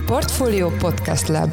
Portfolio Podcast Lab.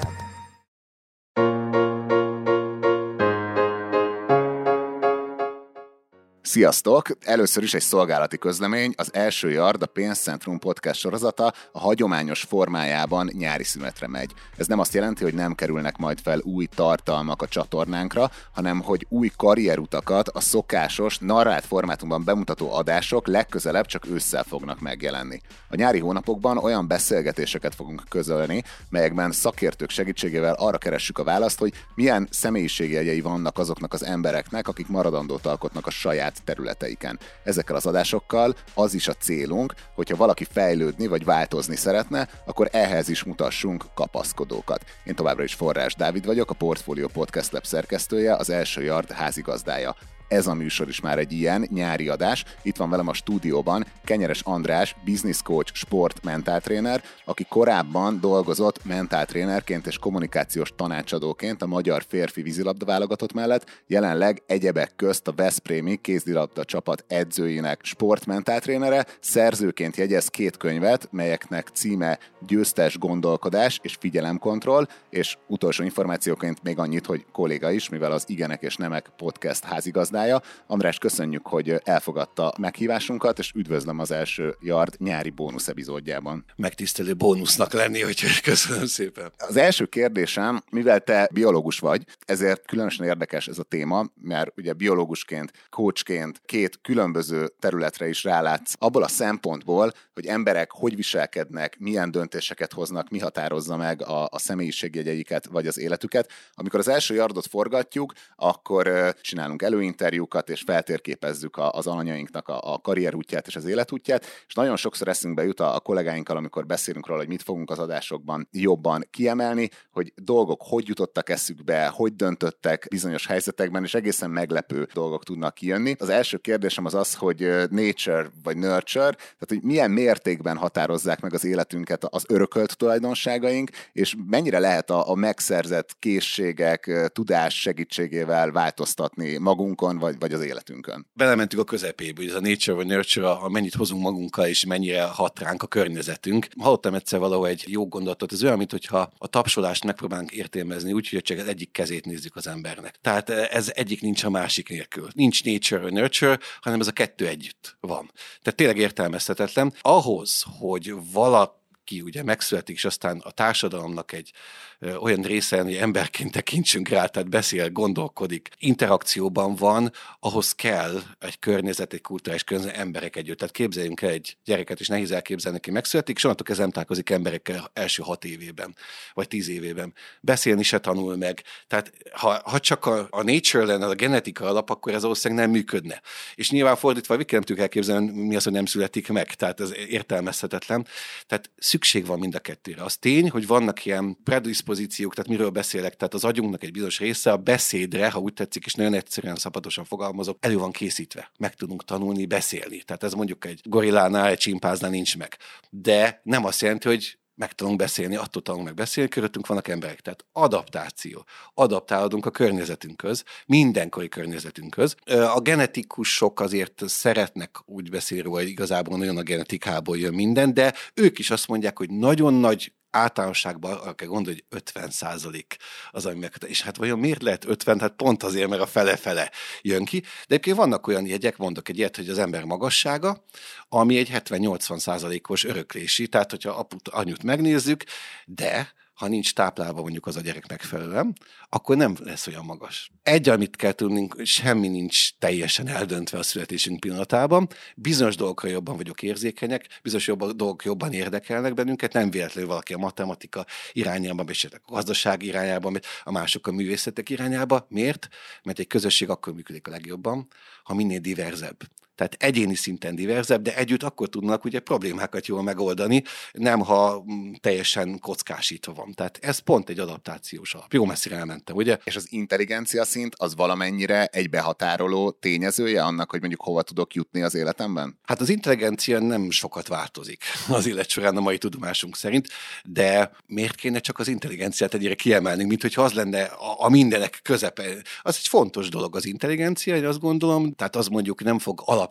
Sziasztok! Először is egy szolgálati közlemény, az Első Yard, a Pénzcentrum podcast sorozata a hagyományos formájában nyári szünetre megy. Ez nem azt jelenti, hogy nem kerülnek majd fel új tartalmak a csatornánkra, hanem hogy új karrierutakat a szokásos, narrált formátumban bemutató adások legközelebb csak ősszel fognak megjelenni. A nyári hónapokban olyan beszélgetéseket fogunk közölni, melyekben szakértők segítségével arra keressük a választ, hogy milyen személyiségjegyei vannak azoknak az embereknek, akik maradandót alkotnak a saját területeiken. Ezekkel az adásokkal az is a célunk, hogyha valaki fejlődni vagy változni szeretne, akkor ehhez is mutassunk kapaszkodókat. Én továbbra is Forrás Dávid vagyok, a Portfolio Podcast Lab szerkesztője, az Első Yard házigazdája. Ez a műsor is már egy ilyen nyári adás. Itt van velem a stúdióban Kenyeres András, business coach, sport mentáltréner, aki korábban dolgozott mentáltrénerként és kommunikációs tanácsadóként a magyar férfi vízilabda válogatott mellett, jelenleg egyebek közt a veszprémi kézilabda csapat edzőinek sportmentáltrénere, szerzőként jegyez 2 könyvet, melyeknek címe Győztes gondolkodás és figyelemkontroll, és utolsó információként még annyit, hogy kolléga is, mivel az Igenek és Nemek podcast házigazdája. András, köszönjük, hogy elfogadta meghívásunkat, és üdvözlöm az Első Yard nyári bónusz epizódjában. Megtisztelő bónusznak lenni, úgyhogy köszönöm szépen. Az első kérdésem, mivel te biológus vagy, ezért különösen érdekes ez a téma, mert ugye biológusként, coachként 2 különböző területre is rálátsz, abból a szempontból, hogy emberek hogy viselkednek, milyen döntéseket hoznak, mi határozza meg a személyiségjegyeiket vagy az életüket. Amikor az Első Yardot forgatjuk, akkor csinálunk előinterjúkat, és feltérképezzük az alanyainknak a karrierútját és az életútját, és nagyon sokszor eszünkbe jut a kollégáinkkal, amikor beszélünk róla, hogy mit fogunk az adásokban jobban kiemelni, hogy dolgok hogy jutottak eszükbe, hogy döntöttek bizonyos helyzetekben, és egészen meglepő dolgok tudnak kijönni. Az első kérdésem az, hogy nature vagy nurture, tehát hogy milyen mértékben határozzák meg az életünket az örökölt tulajdonságaink, és mennyire lehet a megszerzett készségek, tudás segítségével változtatni magunkon, vagy az életünkön. Belementünk a közepébe, hogy ez a nature vagy nurture, mennyit hozunk magunkkal, és mennyire hat ránk a környezetünk. Hallottam egyszer valahol egy jó gondolatot, ez olyan, mintha a tapsolást megpróbálunk értelmezni úgy, hogy csak az egyik kezét nézzük az embernek. Tehát ez egyik nincs a másik nélkül. Nincs nature vagy nurture, hanem ez a 2 együtt van. Tehát tényleg értelmezhetetlen. Ahhoz, hogy valaki ugye megszületik, és aztán a társadalomnak egy olyan része, hogy emberként tekintsünk rá, tehát beszél, gondolkodik, interakcióban van, ahhoz kell egy környezet, egy kulturális környezet, emberek együtt. Tehát képzeljünk el egy gyereket, és nehéz elképzelni, aki megszületik, és onnantól kezdve nem találkozik emberekkel első 6 évében, vagy 10 évében. Beszélni se tanul meg. Tehát ha csak a nature lenne, a genetika alap, akkor ez valószínűleg nem működne. És nyilván fordítva, nem tudjuk elképzelni, mi az, hogy nem születik meg. Tehát ez értelmezhetetlen. Tehát szükség van mind a 2-re. Az tény, hogy vannak ilyen predispozíciók, tehát miről beszélek, tehát az agyunknak egy bizonyos része a beszédre, ha úgy tetszik, és nagyon egyszerűen, szabadosan fogalmazok, elő van készítve. Meg tudunk tanulni, beszélni. Tehát ez mondjuk egy gorillánál, egy csimpáznál nincs meg. De nem azt jelenti, hogy meg tudunk beszélni, attól tanulunk meg beszélni, körülöttünk vannak emberek. Tehát adaptáció. Adaptálódunk a környezetünkhöz, mindenkori környezetünkhöz. A genetikusok azért szeretnek úgy beszélni róla, hogy igazából nagyon a genetikából jön minden, de ők is azt mondják, hogy nagyon nagy általánosságban arra kell gondolni, hogy 50% az, ami meg. És hát vajon miért lehet 50? Hát pont azért, mert a fele-fele jön ki. De egyébként vannak olyan jegyek, mondok egy ilyet, hogy az ember magassága, ami egy 70-80%-os öröklési, tehát hogyha aput, anyut megnézzük, de ha nincs táplálva mondjuk az a gyerek megfelelően, akkor nem lesz olyan magas. Egy, amit kell tudnunk, semmi nincs teljesen eldöntve a születésünk pillanatában. Bizonyos dolgokra jobban vagyok érzékenyek, bizonyos dolgok jobban érdekelnek bennünket, nem véletlenül valaki a matematika irányában, és a gazdaság irányában, a mások a művészetek irányába. Miért? Mert egy közösség akkor működik a legjobban, ha minél diverzebb. Tehát egyéni szinten diverzebb, de együtt akkor tudnak ugye problémákat jól megoldani, nem ha teljesen kockásítva van. Tehát ez pont egy adaptációs alap. Jó messzire elmentem, ugye? És az intelligencia szint az valamennyire egy behatároló tényezője annak, hogy mondjuk hova tudok jutni az életemben? Hát az intelligencia nem sokat változik az élet során a mai tudomásunk szerint, de miért kéne csak az intelligenciát egyre kiemelni, mint hogyha az lenne a mindenek közepe. Az egy fontos dolog az intelligencia, én azt gondolom, tehát az mondjuk nem fog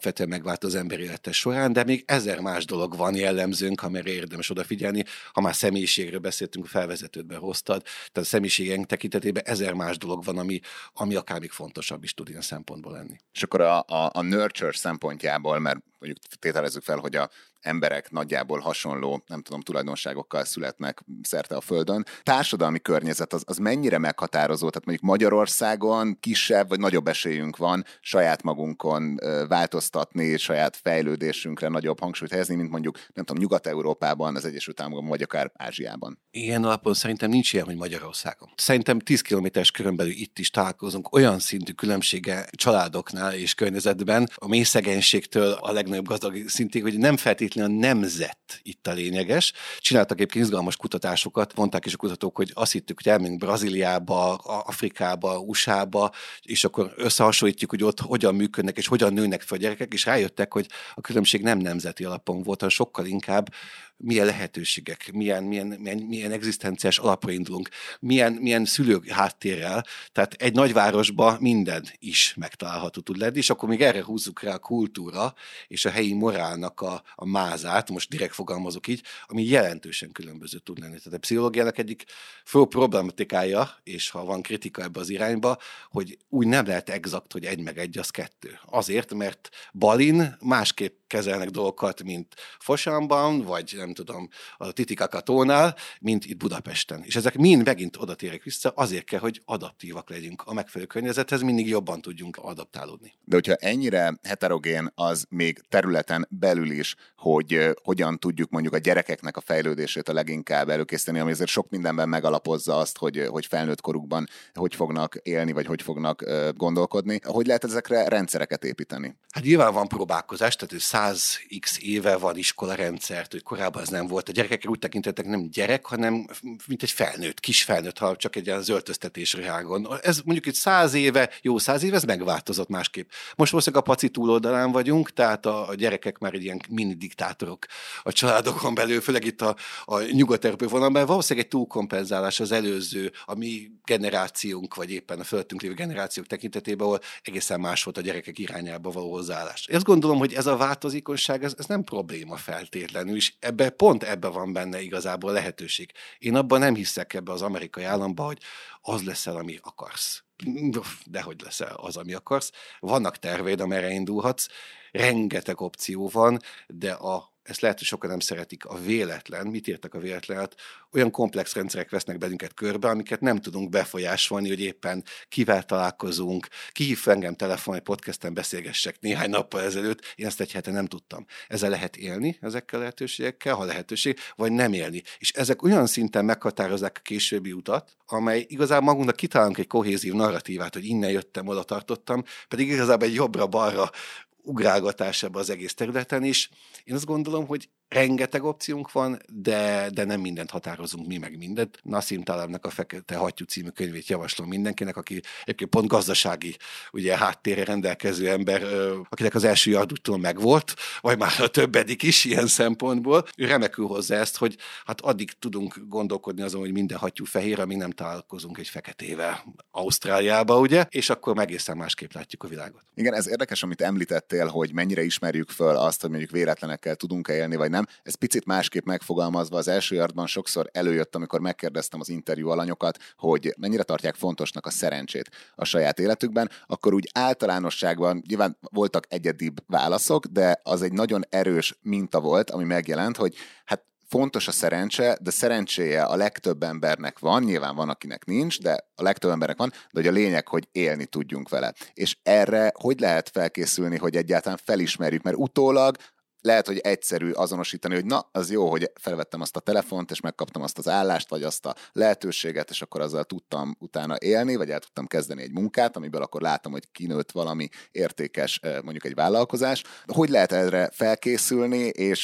alapvetően megvált az ember élete során, de még 1000 más dolog van jellemzőnk, amire érdemes odafigyelni. Ha már személyiségről beszéltünk, a felvezetődben hoztad, tehát a személyiségünk tekintetében 1000 más dolog van, ami akár még fontosabb is tud ilyen szempontból lenni. És akkor a nurture szempontjából, mert mondjuk tételezzük fel, hogy a emberek nagyjából hasonló, nem tudom, tulajdonságokkal születnek szerte a Földön. Társadalmi környezet az mennyire meghatározó? Tehát mondjuk Magyarországon kisebb vagy nagyobb esélyünk van saját magunkon változtatni, saját fejlődésünkre nagyobb hangsúlyt helyezni, mint mondjuk, nem tudom, Nyugat-Európában, az Egyesült Államokban, vagy akár Ázsiában. Ilyen alapon szerintem nincs ilyen, hogy Magyarországon. Szerintem 10 kilométeres körön belül itt is találkozunk olyan szintű különbsége családoknál és környezetben, a mély szegénységtől a legnagyobb gazdag szintig, hogy nem feltétlenül a nemzet itt a lényeges. Csináltak egyébként izgalmas kutatásokat, mondták is a kutatók, hogy azt hittük, hogy elmegyünk Brazíliába, Afrikába, USA-ba, és akkor összehasonlítjuk, hogy ott hogyan működnek és hogyan nőnek fel a gyerekek, és rájöttek, hogy a különbség nem nemzeti alapon volt, hanem sokkal inkább milyen lehetőségek, milyen egzisztenciás alapra indulunk, milyen szülők háttérrel, tehát egy nagyvárosban minden is megtalálható tud lenni, és akkor még erre húzzuk rá a kultúra és a helyi morálnak a mázát, most direkt fogalmazok így, ami jelentősen különböző tud lenni. Tehát a pszichológiának egyik fő problematikája, és ha van kritika ebbe az irányba, hogy úgy nem lehet exakt, hogy 1 + 1 az 2. Azért, mert Balin másképp kezelnek dolgokat, mint Fosanban, vagy nem tudom, a Titicacastónál, mint itt Budapesten. És ezek mind megint oda térek vissza, azért kell, hogy adaptívak legyünk a megfelelő környezethez, mindig jobban tudjunk adaptálódni. De hogyha ennyire heterogén az még területen belül is, hogy hogyan tudjuk mondjuk a gyerekeknek a fejlődését a leginkább előkészíteni, ami azért sok mindenben megalapozza azt, hogy felnőtt korukban hogy fognak élni, vagy hogy fognak gondolkodni. Hogy lehet ezekre rendszereket építeni? Hát nyilván van próbálkozás, tehát 100x éve van iskolarendszert, hogy korábban ez nem volt. A gyerekekre úgy tekintettek nem gyerek, hanem mint egy felnőtt, kis felnőtt, ha csak egy ilyen zöltöztetésre rágon. Ez mondjuk egy 100 éve, jó 100 éve, ez megváltozott másképp. Most valószínűleg a paci túloldalán vagyunk, tehát a gyerekek már egy ilyen mini diktátorok a családokon belül, főleg itt a nyugat-európai vonalban, valószínűleg egy túlkompenzálás az előző, a mi generációnk, vagy éppen a fölöttünk lévő generációk tekintetében, ahol egészen más volt a gyerekek irányába való hozzáállás. Ezt gondolom, hogy ez a változékonyság, ez nem probléma feltétlenül, és pont ebbe van benne igazából lehetőség. Én abban nem hiszek ebbe az amerikai államba, hogy az leszel, ami akarsz. Dehogy leszel az, ami akarsz. Vannak terveid, amerre indulhatsz, rengeteg opció van, de ezt lehet, hogy sokan nem szeretik, a véletlen. Mit értek a véletlenet? Olyan komplex rendszerek vesznek bennünket körbe, amiket nem tudunk befolyásolni, hogy éppen kivel találkozunk, ki hív engem telefonon, egy podcasten beszélgessek néhány nappal ezelőtt, én ezt egy hete nem tudtam. Ezzel lehet élni, ezekkel a lehetőségekkel, ha lehetőség, vagy nem élni. És ezek olyan szinten meghatározzák a későbbi utat, amely igazából magunknak kitalálunk egy kohézív narratívát, hogy innen jöttem, oda tartottam, pedig igazából egy jobbra-balra ugrálgatás ebbe az egész területen is. Én azt gondolom, hogy rengeteg opciónk van, de nem mindent határozunk mi meg mindent. Nassim Talebnek a Fekete Hattyú című könyvét javaslom mindenkinek, aki egyébként pont gazdasági ugye, háttérre rendelkező ember, akinek az első yardúttól megvolt, vagy már a többedik is ilyen szempontból. Ő remekül hozzá ezt, hogy hát addig tudunk gondolkodni azon, hogy minden hattyú fehér, amíg nem találkozunk egy feketével Ausztráliába, ugye? És akkor egészen másképp látjuk a világot. Igen, ez érdekes, amit említettél, hogy mennyire ismerjük föl azt, hogy mondjuk véletlenekkel tudunk-e élni, vagy nem. Ez picit másképp megfogalmazva az első yardban sokszor előjött, amikor megkérdeztem az interjú alanyokat, hogy mennyire tartják fontosnak a szerencsét a saját életükben, akkor úgy általánosságban nyilván voltak egyedibb válaszok, de az egy nagyon erős minta volt, ami megjelent, hogy hát fontos a szerencse, de szerencséje a legtöbb embernek van, nyilván van, akinek nincs, de a legtöbb embernek van, de hogy a lényeg, hogy élni tudjunk vele. És erre hogy lehet felkészülni, hogy egyáltalán felismerjük, mert utólag lehet, hogy egyszerű azonosítani, hogy na, az jó, hogy felvettem azt a telefont, és megkaptam azt az állást, vagy azt a lehetőséget, és akkor azzal tudtam utána élni, vagy el tudtam kezdeni egy munkát, amiből akkor látom, hogy kinőtt valami értékes, mondjuk egy vállalkozás. Hogy lehet erre felkészülni,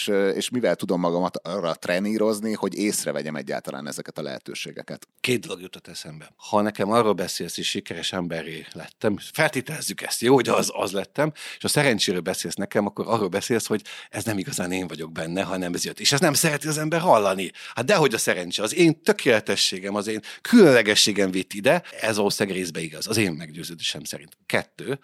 és mivel tudom magamat arra trenírozni, hogy észrevegyem egyáltalán ezeket a lehetőségeket? 2 dolog jutott eszembe. Ha nekem arról beszélsz, és sikeres emberré lettem, feltételezzük ezt, jó, hogy az lettem, és a szerencséről beszélsz nekem, akkor arról beszélsz, hogy ez nem igazán én vagyok benne, hanem ez jött. És ezt nem szereti az ember hallani. Hát dehogy a szerencse, az én tökéletességem, az én különlegességem vitt ide, ez valószínűleg részben igaz, az én meggyőződésem szerint. 2,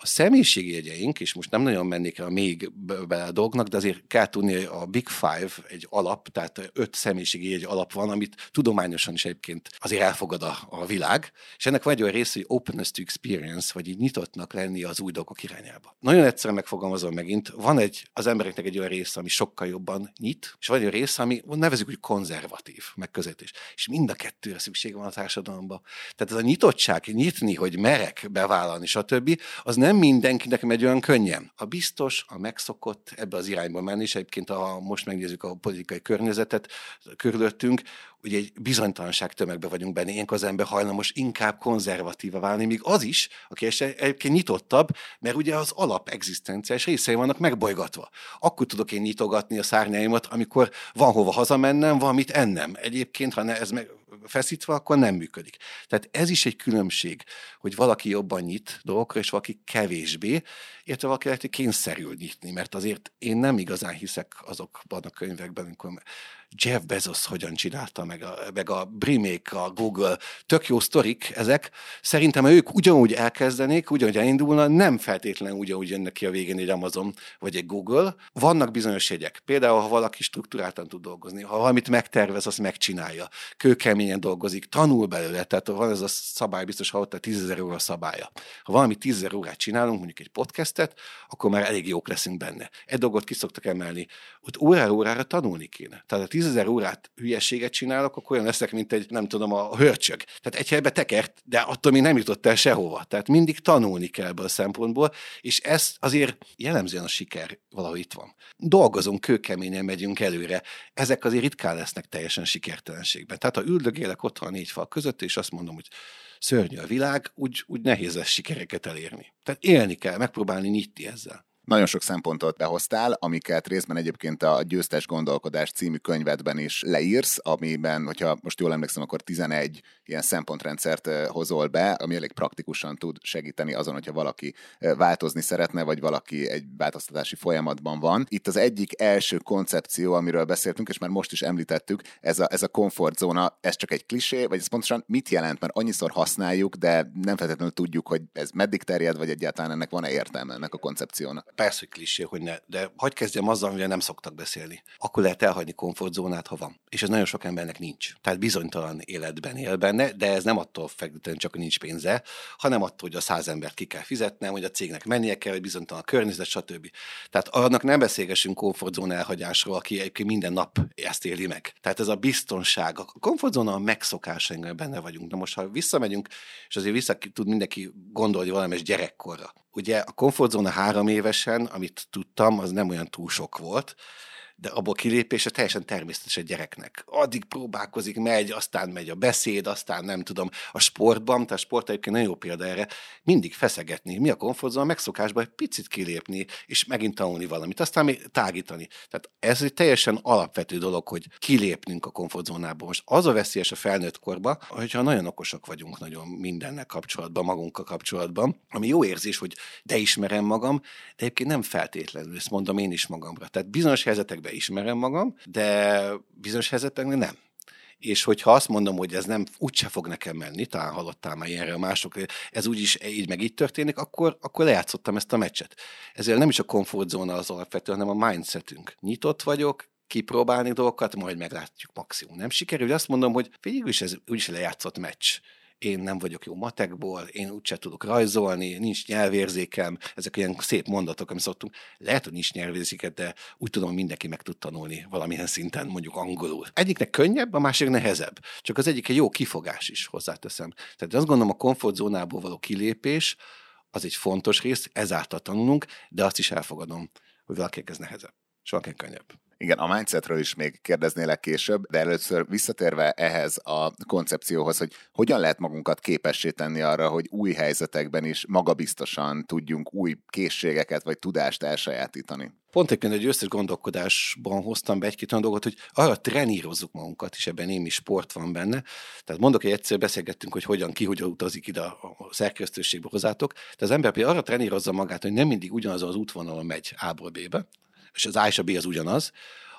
A személyiségjegyeink, és most nem nagyon mennék el még bele a dolgnak, de azért kell tudni, hogy a Big Five egy alap, tehát 5 személyiségjegy alap van, amit tudományosan is egyébként azért elfogad a világ, és ennek van egy olyan része, hogy openness to experience, vagy így nyitottnak lenni az új dolgok irányába. Nagyon egyszerűen megfogalmazom megint, van az embereknek egy olyan része, ami sokkal jobban nyit, és van egy olyan része, ami nevezzük úgy konzervatív megközelítés. És mind a kettőre szükség van a társadalomban. Tehát ez a nyitottság, nyitni, hogy merek bevállalni, stb., az nem mindenkinek megy olyan könnyen. A biztos, a megszokott ebbe az irányba menni, és egyébként most megnézzük a politikai környezetet körülöttünk, ugye egy bizonytalanság tömegbe vagyunk benne, ilyenkor az ember hajlamos inkább konzervatíva válni, míg az is, aki egyébként nyitottabb, mert ugye az alap egzisztenciális részei vannak megbolygatva. Akkor tudok én nyitogatni a szárnyaimat, amikor van hova hazamennem, van mit ennem. Egyébként, ha ez feszítve, akkor nem működik. Tehát ez is egy különbség, hogy valaki jobban nyit dolgokra, és valaki kevésbé, illetve valaki lehet, hogy kényszerül nyitni, mert azért én nem igazán hiszek azokban a könyvekben, amikor Jeff Bezos hogyan csinálta, meg a Brimék, a Google, tök jó sztorik ezek. Szerintem, ha ők ugyanúgy elkezdenék, ugyanúgy elindulna, nem feltétlenül ugyanúgy jönnek ki a végén egy Amazon vagy egy Google. Vannak bizonyos jegyek. Például, ha valaki struktúráltan tud dolgozni, ha valamit megtervez, azt megcsinálja, kőkeményen dolgozik, tanul belőle, tehát van ez a szabály, biztos hallottál, 10 000 óra szabálya. Ha valami 10 000 órát csinálunk, mondjuk egy podcastet, akkor már elég jók leszünk benne. Egy dolgot ki szoktak emelni, ott órára tanulni kéne. Tehát a 10 000 órát hülyességet csinálok, akkor olyan leszek, mint egy, nem tudom, a hörcsög. Tehát egy helybe tekert, de attól még nem jutott el sehova. Tehát mindig tanulni kell ebből a szempontból, és ez azért jellemzően a siker valahogy itt van. Dolgozunk, kőkeményen megyünk előre. Ezek azért ritkán lesznek teljesen sikertelenségben. Tehát ha üldögélek otthon a 4 fal között, és azt mondom, hogy szörnyű a világ, úgy nehéz lesz sikereket elérni. Tehát élni kell, megpróbálni nyitni ezzel. Nagyon sok szempontot behoztál, amiket részben egyébként a Győztes gondolkodás című könyvedben is leírsz, amiben, hogyha most jól emlékszem, akkor 11 ilyen szempontrendszert hozol be, ami elég praktikusan tud segíteni azon, hogyha valaki változni szeretne, vagy valaki egy változtatási folyamatban van. Itt az egyik első koncepció, amiről beszéltünk, és már most is említettük, ez a komfortzóna, ez csak egy klisé, vagy ez pontosan mit jelent, mert annyiszor használjuk, de nem feltétlenül tudjuk, hogy ez meddig terjed, vagy egyáltalán ennek van-e értelme ennek a koncepciónak. Persze, hogy klisé, hogy ne, de hadd kezdjem azzal, amivel nem szoktak beszélni. Akkor lehet elhagyni komfortzónát, ha van. És ez nagyon sok embernek nincs. Tehát bizonytalan életben él benne, de ez nem attól feltétlenül csak, hogy nincs pénze, hanem attól, hogy a 100 embert ki kell fizetnem, hogy a cégnek mennie kell, hogy bizonytalan a környezet, stb. Tehát annak nem beszélgessünk komfortzóna elhagyásról, aki minden nap ezt éli meg. Tehát ez a biztonság, a komfortzóna a megszokásainkban benne vagyunk. Na most, ha visszamegyünk, és azért vissza tud mindenki gondolni valamelyes gyerekkorra. Ugye a komfortzóna 3 évesen, amit tudtam, az nem olyan túl sok volt, de abból kilépése teljesen természetes egy gyereknek. Addig próbálkozik, aztán megy a beszéd, aztán nem tudom, a sportban, tehát a sport egyébként nagyon jó példa erre, mindig feszegetni. Mi a komfortzóna? Megszokásban egy picit kilépni, és megint tanulni valamit, aztán még tágítani. Tehát ez egy teljesen alapvető dolog, hogy kilépnünk a komfortzónából. Most az a veszélyes a felnőtt korban, hogyha nagyon okosak vagyunk nagyon mindennel kapcsolatban, magunkkal kapcsolatban, ami jó érzés, hogy de ismerem magam, de egyébként nem feltétlenül, ezt mondom én is magamra. Tehát bizonyos helyzetekben ismerem magam, de bizonyos helyzetekben nem. És hogyha azt mondom, hogy ez nem úgyse fog nekem menni, talán hallottál már ilyenről mások, ez úgyis így meg így történik, akkor lejátszottam ezt a meccset. Ezért nem is a komfortzóna az alapvető, hanem a mindsetünk. Nyitott vagyok, kipróbálni dolgokat, majd meglátjuk maximum. Nem sikerül, azt mondom, hogy végül is ez úgyis lejátszott meccs. Én nem vagyok jó matekból, én úgyse tudok rajzolni, nincs nyelvérzékem, ezek ilyen szép mondatok, amit szoktunk. Lehet, hogy nincs nyelvérzéket, de úgy tudom, hogy mindenki meg tud tanulni valamilyen szinten, mondjuk angolul. Egyiknek könnyebb, a másik nehezebb. Csak az egyik egy jó kifogás is, hozzáteszem. Tehát azt gondolom, a komfortzónából való kilépés az egy fontos rész, ezáltal tanulunk, de azt is elfogadom, hogy valakinek ez nehezebb, és valakinek könnyebb. Igen, a mindsetről is még kérdeznélek később, de először visszatérve ehhez a koncepcióhoz, hogy hogyan lehet magunkat képessé tenni arra, hogy új helyzetekben is magabiztosan tudjunk új készségeket vagy tudást elsajátítani. Pont egyébként egy összes gondolkodásban hoztam be egy-két olyan dolgot, hogy arra trenírozzuk magunkat, és ebben némi sport van benne. Tehát mondok, hogy egyszer beszélgettünk, hogy hogyan utazik ide a szerkesztőségbe hozzátok. Tehát az ember például arra trenírozza magát, hogy nem mindig ugyanazon az útvonalon megy A-ból B-be, és az A és a B az ugyanaz,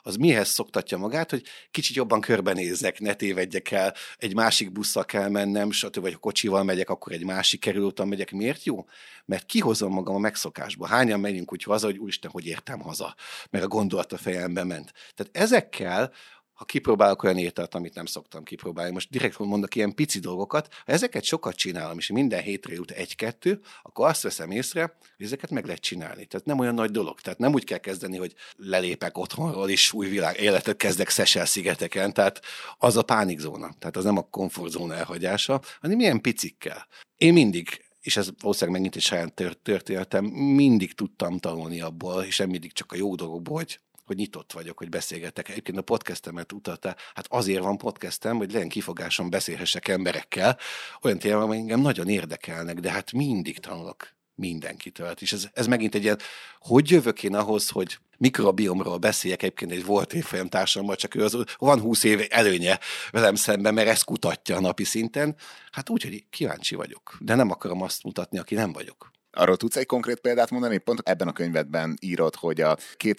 az mihez szoktatja magát, hogy kicsit jobban körbenézzek, ne tévedjek el, egy másik busszal kell mennem, stb. Vagy ha kocsival megyek, akkor egy másik kerülőúton megyek. Miért jó? Mert kihozom magam a megszokásba. Hányan megyünk úgy haza, hogy úristen, hogy értem haza, mert a gondolat a fejembe ment. Tehát ezekkel, ha kipróbálok olyan ételt, amit nem szoktam kipróbálni, most direkt mondok ilyen pici dolgokat, ha ezeket sokat csinálom, és minden hétre jut 1-2, akkor azt veszem észre, hogy ezeket meg lehet csinálni. Tehát nem olyan nagy dolog. Tehát nem úgy kell kezdeni, hogy lelépek otthonról, és új világ életet kezdek Seychelles-szigeteken. Tehát az a pánikzóna. Tehát az nem a komfortzóna elhagyása, hanem ilyen picikkel. Én mindig, és ez valószínűleg megint egy saját történetem, mindig tudtam tanulni abból, és nem mindig csak a jó dolgokból, hogy nyitott vagyok, hogy beszélgetek. Egyébként a podcastemet utalta, hát azért van podcastem, hogy legyen kifogásom, beszélhessek emberekkel, olyan témában, amely engem nagyon érdekelnek, de hát mindig tanulok mindenkitől. És ez megint egy ilyen, hogy jövök én ahhoz, hogy mikrobiomról beszéljek, egyébként egy volt évfolyam társammal, csak ő van 20 év előnye velem szemben, mert ezt kutatja a napi szinten. Hát úgy, hogy kíváncsi vagyok, de nem akarom azt mutatni, aki nem vagyok. Arról tudsz egy konkrét példát mondani? Pont ebben a könyvedben írod, hogy a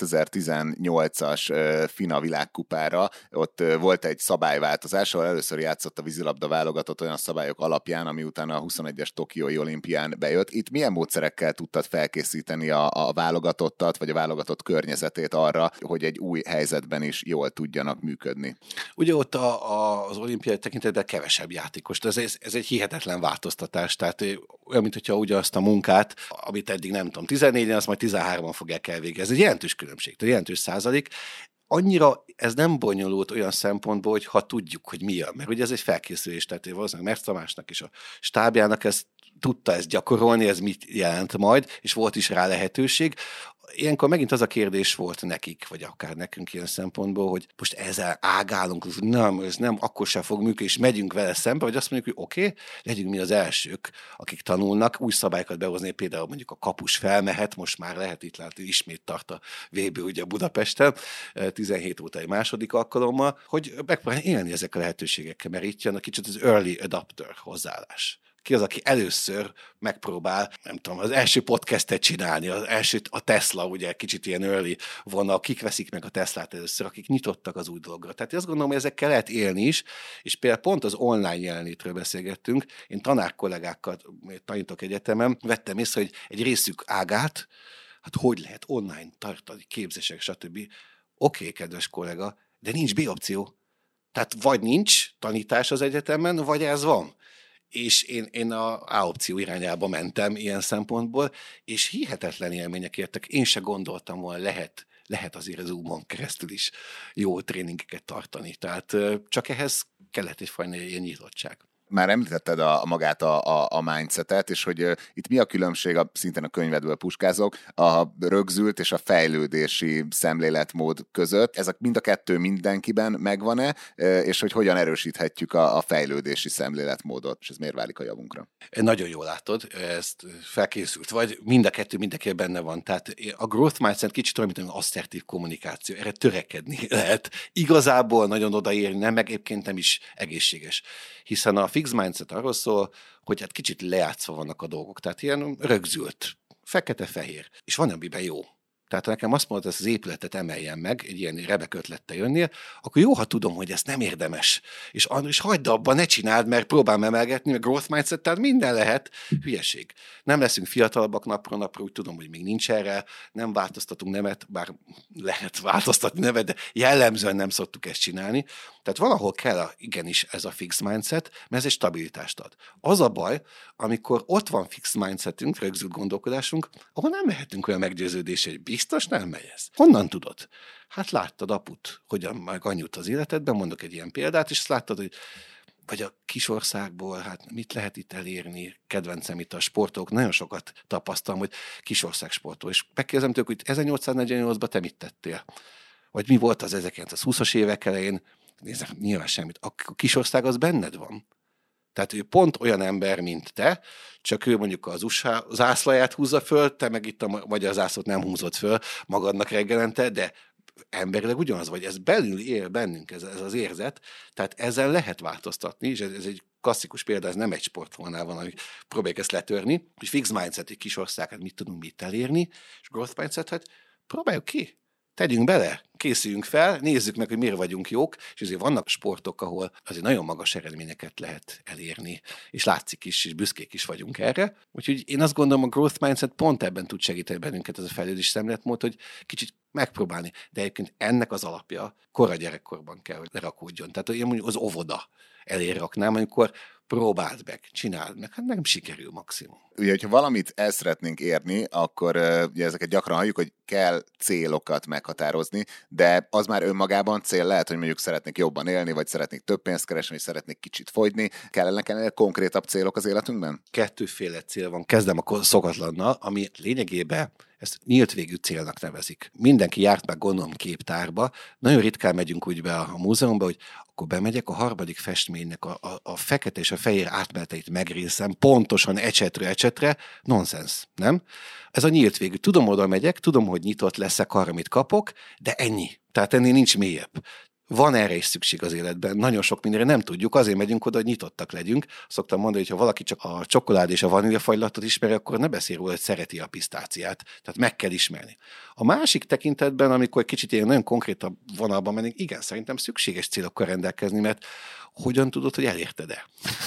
2018-as FINA világkupára ott volt egy szabályváltozás, ahol először játszott a vízilabda válogatott olyan szabályok alapján, ami utána a 21-es Tokiói olimpián bejött. Itt milyen módszerekkel tudtad felkészíteni a válogatottat, vagy a válogatott környezetét arra, hogy egy új helyzetben is jól tudjanak működni? Ugye ott az olimpiai tekintetben kevesebb játékos. Ez egy hihetetlen változtatás. Tehát olyan, mintha ugye azt a munkát, amit eddig nem tudom, 14-en, azt majd 13-an fogják elvégezni. Ez egy jelentős különbség, tehát jelentős százalék. Annyira ez nem bonyolult olyan szempontból, hogy ha tudjuk, hogy mi a, mert ugye ez egy felkészülés, tehát valószínűleg Mersz Tamásnak és a stábjának tudta ezt gyakorolni, ez mit jelent majd, és volt is rá lehetőség. Ilyenkor megint az a kérdés volt nekik, vagy akár nekünk ilyen szempontból, hogy most ezzel ágálunk, ez nem, akkor sem fog működni, és megyünk vele szembe, vagy azt mondjuk, hogy oké, legyünk mi az elsők, akik tanulnak, új szabályokat behozni, például mondjuk a kapus felmehet, most már lehet itt látni, ismét tart a VB ugye Budapesten, 17 óta egy második alkalommal, hogy megpróbálni élni ezek a lehetőségekkel, mert itt jön a kicsit az early adapter hozzáállás. Ki az, aki először megpróbál, nem tudom, az első podcastet csinálni, a Tesla, ugye kicsit ilyen early vonal, kik veszik meg a Teslát először, akik nyitottak az új dologra. Tehát azt gondolom, hogy ezekkel lehet élni is, és például pont az online jelenlétről beszélgettünk. Én tanárkollégákkal tanítok egyetemen, vettem észre, hogy egy részük ágát, hát hogy lehet online tartani, képzések, stb. Oké, kedves kollega, de nincs B-opció. Tehát vagy nincs tanítás az egyetemen, vagy ez van. És én a A opció irányába mentem ilyen szempontból, és hihetetlen élmények értek. Én se gondoltam volna, lehet azért az Zoom-on keresztül is jó tréningeket tartani. Tehát csak ehhez kellett egyfajta ilyen nyitottság. Már említetted magát a mindsetet, és hogy itt mi a különbség, szintén a könyvedből puskázok, a rögzült és a fejlődési szemléletmód között. Ezek mind a kettő mindenkiben megvan-e, és hogy hogyan erősíthetjük a fejlődési szemléletmódot, és ez miért válik a javunkra? Nagyon jól látod, ezt felkészült vagy, mind a kettő mindenkiben benne van. Tehát a growth mindset kicsit olyan, mint asszertív kommunikáció, erre törekedni lehet. Igazából nagyon odaérni, nem, meg egyébként nem is egészséges. Hiszen a fixed mindset arról szól, hogy hát kicsit lejátszva vannak a dolgok, tehát ilyen rögzült, fekete-fehér, és van, amiben jó. Tehát ha nekem azt mondod, hogy ezt az épületet emeljen meg, egy ilyen remek ötlettel jönnél, akkor jó, ha tudom, hogy ezt nem érdemes. És hagyd abba, ne csináld, mert próbálom emelgetni, mert growth mindset, tehát minden lehet, hülyeség. Nem leszünk fiatalabbak napról napra, úgy tudom, hogy még nincs erre, nem változtatunk nemet, bár lehet változtatni nevet, de jellemzően nem szoktuk ezt csinálni. Tehát valahol kell igenis ez a fixed mindset, mert ez egy stabilitást ad. Az a baj, amikor ott van fixed mindsetünk, rögzült gondolkodásunk, ahol nem mehetünk olyan meggyőződésre, hogy biztos nem megy ez. Honnan tudod? Hát láttad aput, hogyan meg anyut az életedben, mondok egy ilyen példát, és azt láttad, hogy vagy a kisországból, hát mit lehet itt elérni, kedvencem itt a sportok, nagyon sokat tapasztalom, hogy kisország sportol, és megkérdezem tőlük, hogy 1848-ban te mit tettél? Vagy mi volt az 1920-as évek elején? Nézd, nyilván semmit. A kisország az benned van. Tehát ő pont olyan ember, mint te, csak ő mondjuk az USA zászlaját húzza föl, te meg itt a magyar zászlót nem húzod föl magadnak reggelente, de emberileg ugyanaz vagy. Ez belül él bennünk, ez az érzet, tehát ezzel lehet változtatni, és ez egy klasszikus példa, ez nem egy sportfonál van, amik próbálják ezt letörni, hogy fixed mindset, egy kis ország, hát mit tudunk mit elérni, és growth mindset, hát próbáljuk ki. tegyünk bele, készüljünk fel, nézzük meg, hogy miért vagyunk jók, és azért vannak sportok, ahol azért nagyon magas eredményeket lehet elérni, és látszik is, és büszkék is vagyunk erre. Úgyhogy én azt gondolom, a growth mindset pont ebben tud segíteni bennünket, ez a fejlődés szemléletmód, hogy kicsit megpróbálni. De egyébként ennek az alapja kora gyerekkorban kell, hogy lerakódjon. Tehát én mondjuk az óvoda elé raknám, amikor próbáld meg, csináld meg, hát nem sikerül maximum. Ugye, hogyha valamit el szeretnénk érni, akkor ugye ezeket gyakran halljuk, hogy kell célokat meghatározni, de az már önmagában cél lehet, hogy mondjuk szeretnék jobban élni, vagy szeretnék több pénzt keresni, vagy szeretnék kicsit fogyni. Kellene konkrétabb célok az életünkben? Kettőféle cél van. Kezdem a szokatlannal, ami lényegében ezt nyílt végű célnak nevezik. Mindenki járt meg, gondolom, képtárba. Nagyon ritkán megyünk úgy be a múzeumba, hogy akkor bemegyek, a harmadik festménynek a fekete és a fehér átmeneteit megrészem, pontosan ecsetre, nonsens, nem? Ez a nyílt végű. Tudom, oda megyek, tudom, hogy nyitott leszek arra, amit kapok, de ennyi. Tehát ennél nincs mélyebb. Van erre is szükség az életben. Nagyon sok mindenre nem tudjuk, azért megyünk oda, hogy nyitottak legyünk. Szoktam mondani, hogy ha valaki csak a csokolád és a vaníliafajlatot ismeri, akkor ne beszél róla, hogy szereti a pisztáciát. Tehát meg kell ismerni. A másik tekintetben, amikor kicsit ilyen nagyon konkrétabb vonalban mennénk, igen, szerintem szükséges célokkal rendelkezni, mert hogyan tudod, hogy elérted-e?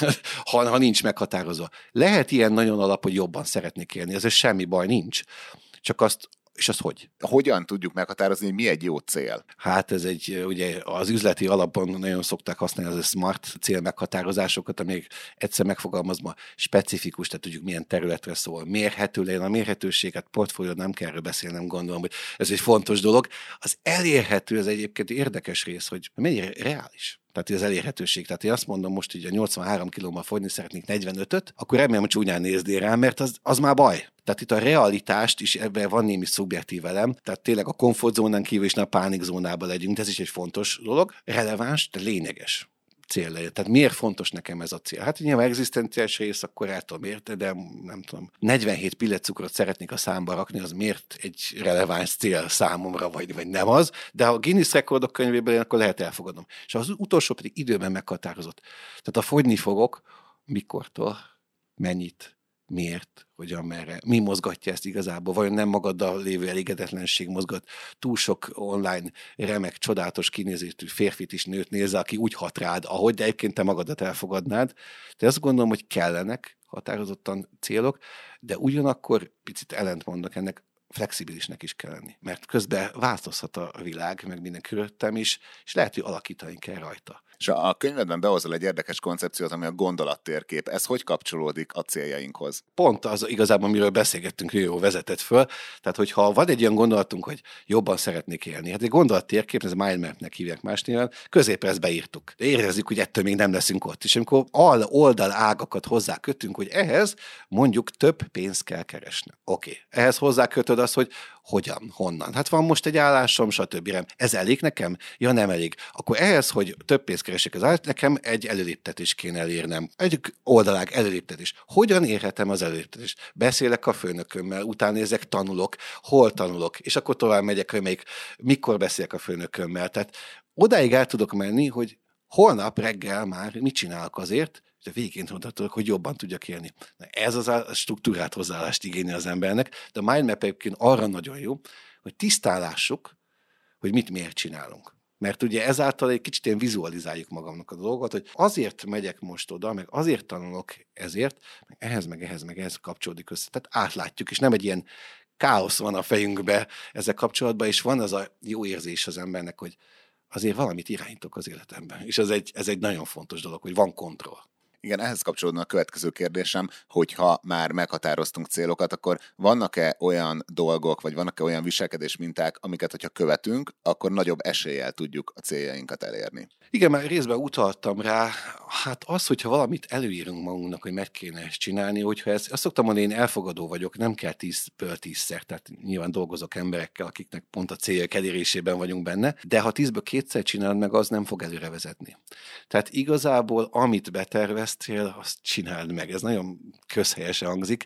ha nincs meghatározva. Lehet ilyen nagyon alap, hogy jobban szeretnék élni, ezzel semmi baj nincs. Csak azt hogy? Hogyan tudjuk meghatározni, hogy mi egy jó cél? Hát ez ugye az üzleti alapban nagyon szokták használni az a smart cél meghatározásokat, amelyek egyszer megfogalmazva specifikus, tehát tudjuk milyen területre szól. Mérhető legyen a mérhetőséget, portfólió, nem kell erről beszélnem, gondolom, hogy ez egy fontos dolog. Az elérhető, ez egyébként érdekes rész, hogy mennyire reális. Tehát az elérhetőség. Tehát én azt mondom most, hogy a 83 kilóban fogyni szeretnék 45-öt, akkor remélem, hogy csúnyán nézdél rám, mert az már baj. Tehát itt a realitást is, ebben van némi szubjektív elem, tehát tényleg a komfortzónán kívül is ne a pánikzónában legyünk, de ez is egy fontos dolog. Releváns, de lényeges cél legyen. Tehát miért fontos nekem ez a cél? Hát nyilván egzisztenciális rész, akkor el tudom érteni, de nem tudom. 47 pilletcukrot szeretnék a számba rakni, az miért egy releváns cél számomra, vagy nem az, de ha a Guinness rekordok könyvében jön, akkor lehet elfogadnom. És az utolsó pedig időben meghatározott. Tehát a fogyni fogok, mikortól, mennyit, miért, hogyan, merre, mi mozgatja ezt igazából, vajon nem magaddal lévő elégedetlenség mozgat, túl sok online remek, csodálatos kinézetű férfit is nőt nézze, aki úgy hat rád, ahogy, de egyébként te magadat elfogadnád. De azt gondolom, hogy kellenek határozottan célok, de ugyanakkor picit ellentmondok ennek, flexibilisnek is kell lenni, mert közben változhat a világ, meg minden körülöttem is, és lehet, hogy alakítani kell rajta. És a könyvedben behozol egy érdekes koncepciót, ami a gondolattérkép. Ez hogy kapcsolódik a céljainkhoz? Pont az igazából, amiről beszélgettünk, jó vezetett föl. Tehát, hogyha van egy olyan gondolatunk, hogy jobban szeretnék élni, hát egy gondolattérkép, ez mindmapnek hívják más néven, középre ezt beírtuk. De érezzük, hogy ettől még nem leszünk ott. És amikor oldal ágakat hozzá kötünk, hogy ehhez mondjuk több pénzt kell keresni. Oké. Ehhez hozzá kötöd azt, hogy hogyan, honnan. Hát van most egy állásom, stb. Ez elég nekem? Ja, nem elég. Akkor ehhez, hogy több pénzt keresek az állat, nekem egy előléptetést kéne elérnem. Egy oldalág előléptetés. Hogyan érhetem az előléptetést? Beszélek a főnökömmel, utána nézek, tanulok, hol tanulok, és akkor tovább megyek, hogy mikor beszélek a főnökömmel. Tehát odáig el tudok menni, hogy holnap reggel már mit csinálok azért, és a végén tudok, hogy jobban tudjak élni. Na, ez az a struktúrát hozzáállást igényli az embernek, de a mindmap egyébként arra nagyon jó, hogy tisztálássuk, hogy mit miért csinálunk. Mert ugye ezáltal egy kicsit ilyen vizualizáljuk magamnak a dolgot, hogy azért megyek most oda, meg azért tanulok ezért, meg ehhez kapcsolódik össze. Tehát átlátjuk, és nem egy ilyen káosz van a fejünkbe ezzel kapcsolatban, és van az a jó érzés az embernek, hogy azért valamit irányítok az életemben. És ez egy nagyon fontos dolog, hogy van kontroll. Igen, ehhez kapcsolódna a következő kérdésem, hogyha már meghatároztunk célokat, akkor vannak-e olyan dolgok, vagy vannak-e olyan viselkedés minták, amiket, hogyha követünk, akkor nagyobb eséllyel tudjuk a céljainkat elérni? Igen, már részben utaltam rá, hát az, hogyha valamit előírunk magunknak, hogy meg kéne ezt csinálni, hogyha azt szoktam mondani, én elfogadó vagyok, nem kell 10-ből 10-szer, tehát nyilván dolgozok emberekkel, akiknek pont a céljak elérésében vagyunk benne, de ha 10-ből 2-szer csinálod meg, az nem fog előre vezetni. Tehát igazából, amit beterveztél, azt csináld meg. Ez nagyon közhelyesen hangzik.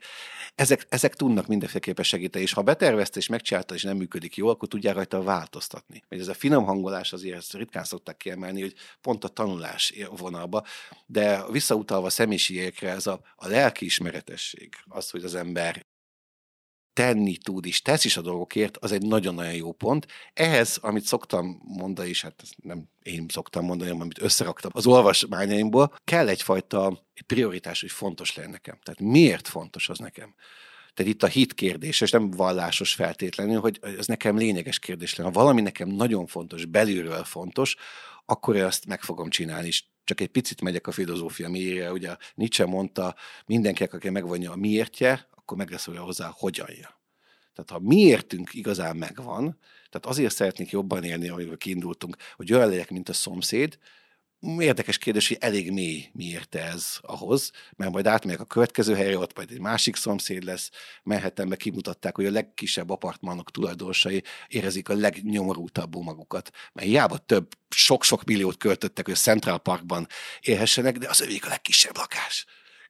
Ezek tudnak mindenféleképpen segíteni, és ha beterveztél és megcsináltad, és nem működik jól, akkor tudják rajta változtatni. Mert ez a finom hangolás azért ezt ritkán szokták kiemelni, hogy pont a tanulás vonalba, de visszautalva a személyiségekre, ez a lelkiismeretesség, az, hogy az ember tenni tud, és tesz is a dolgokért, az egy nagyon-nagyon jó pont. Ehhez, amit szoktam mondani, és hát nem én szoktam mondani, hanem amit összeraktam az olvasmányaimból, kell egyfajta prioritás, hogy fontos legyen nekem. Tehát miért fontos az nekem? Tehát itt a hit kérdés, és nem vallásos feltétlenül, hogy ez nekem lényeges kérdés lenne. Ha valami nekem nagyon fontos, belülről fontos, akkor ezt meg fogom csinálni, és csak egy picit megyek a filozófia mélyére. Ugye Nietzsche mondta, mindenkinek, aki megvonja a miértje, akkor meg lesz olyan hozzá, hogyanja. Tehát ha miértünk igazán megvan, tehát azért szeretnék jobban élni, amikor kiindultunk, hogy olyan legyek, mint a szomszéd. Érdekes kérdés, hogy elég mély miért ez ahhoz, mert majd átmegyek a következő helyre, ott majd egy másik szomszéd lesz. Manhattanbe kimutatták, hogy a legkisebb apartmanok tulajdonosai érezik a legnyomorultabbul magukat. Mert hiába több, sok-sok milliót költöttek, hogy a Central Parkban élhessenek, de az övék a legkisebb lakás.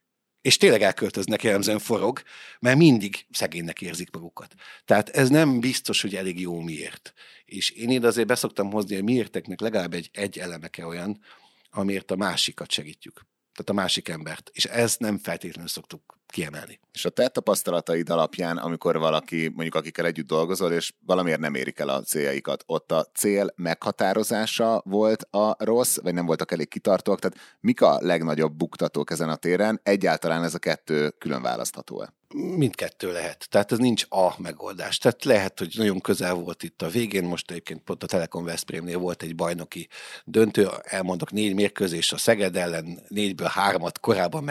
És tényleg elköltöznek, jellemzően forog, mert mindig szegénynek érzik magukat. Tehát ez nem biztos, hogy elég jó miért. És én ide azért beszoktam hozni, hogy miérteknek legalább egy eleme kell olyan, amiért a másikat segítjük. Tehát a másik embert. És ezt nem feltétlenül szoktuk kiemelni. És a te tapasztalataid alapján, amikor valaki, mondjuk akikkel együtt dolgozol, és valamiért nem érik el a céljaikat, ott a cél meghatározása volt a rossz, vagy nem voltak elég kitartóak? Tehát mik a legnagyobb buktatók ezen a téren? Egyáltalán ez a kettő külön választható-e? Mindkettő lehet. Tehát ez nincs a megoldás. Tehát lehet, hogy nagyon közel volt itt a végén, most egyébként pont a Telekom Veszprémnél volt egy bajnoki döntő, elmondok 4 mérkőzés a Szeged ellen, 4-ből 3-at korábban